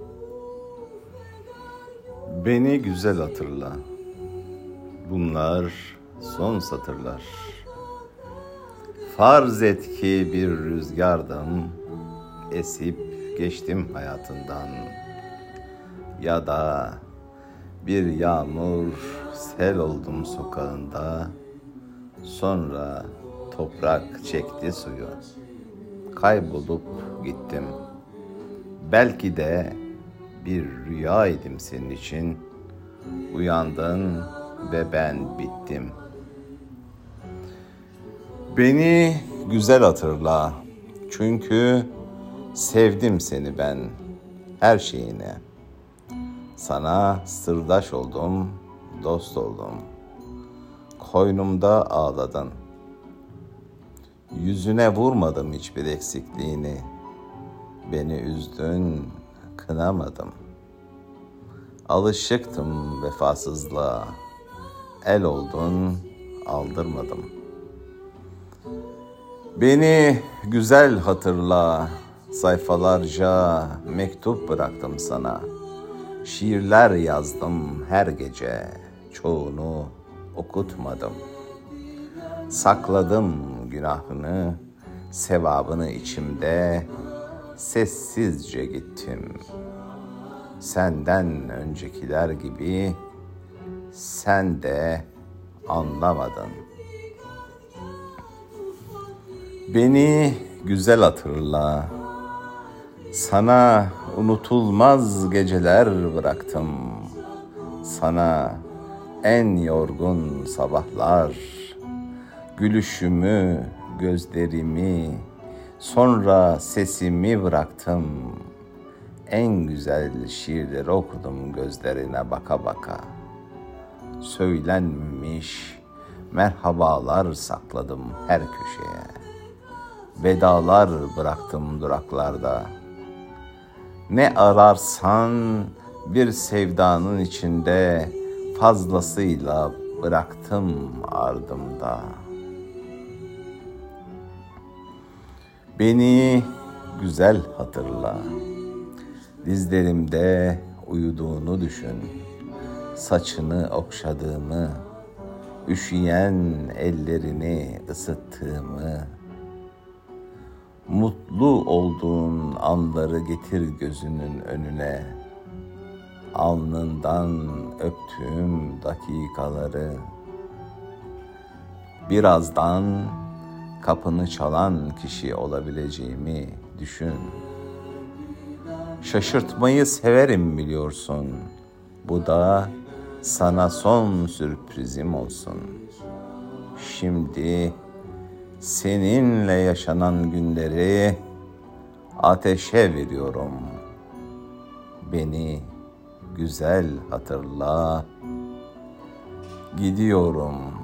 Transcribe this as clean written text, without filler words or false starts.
Beni güzel hatırla. Bunlar son satırlar. Farz et ki bir rüzgardım, esip geçtim hayatından. Ya da bir yağmur, sel oldum sokağında. Sonra toprak çekti suyu. Kaybolup gittim. Belki de bir rüyaydım senin için. Uyandın ve ben bittim. Beni güzel hatırla. Çünkü sevdim seni ben, her şeyine. Sana sırdaş oldum, dost oldum. Koynumda ağladın. Yüzüne vurmadım hiçbir eksikliğini. Beni üzdün, kınamadım. Alışıktım vefasızlığa. El oldun, aldırmadım. Beni güzel hatırla. Sayfalarca mektup bıraktım sana. Şiirler yazdım her gece. Çoğunu okutmadım. Sakladım günahını, sevabını içimde. Sessizce gittim. Senden öncekiler gibi sen de anlamadın. Beni güzel hatırla. Sana unutulmaz geceler bıraktım. Sana en yorgun sabahlar. Gülüşümü, gözlerimi, sonra sesimi bıraktım. En güzel şiirleri okudum gözlerine baka baka. Söylenmemiş merhabalar sakladım her köşeye. Vedalar bıraktım duraklarda. Ne ararsan bir sevdanın içinde fazlasıyla bıraktım ardımda. Beni güzel hatırla. Dizlerimde uyuduğunu düşün. Saçını okşadığımı, üşüyen ellerini ısıttığımı, mutlu olduğun anları getir gözünün önüne. Alnından öptüğüm dakikaları. Birazdan kapını çalan kişi olabileceğimi düşün. Şaşırtmayı severim biliyorsun. Bu da sana son sürprizim olsun. Şimdi seninle yaşanan günleri ateşe veriyorum. Beni güzel hatırla. Gidiyorum.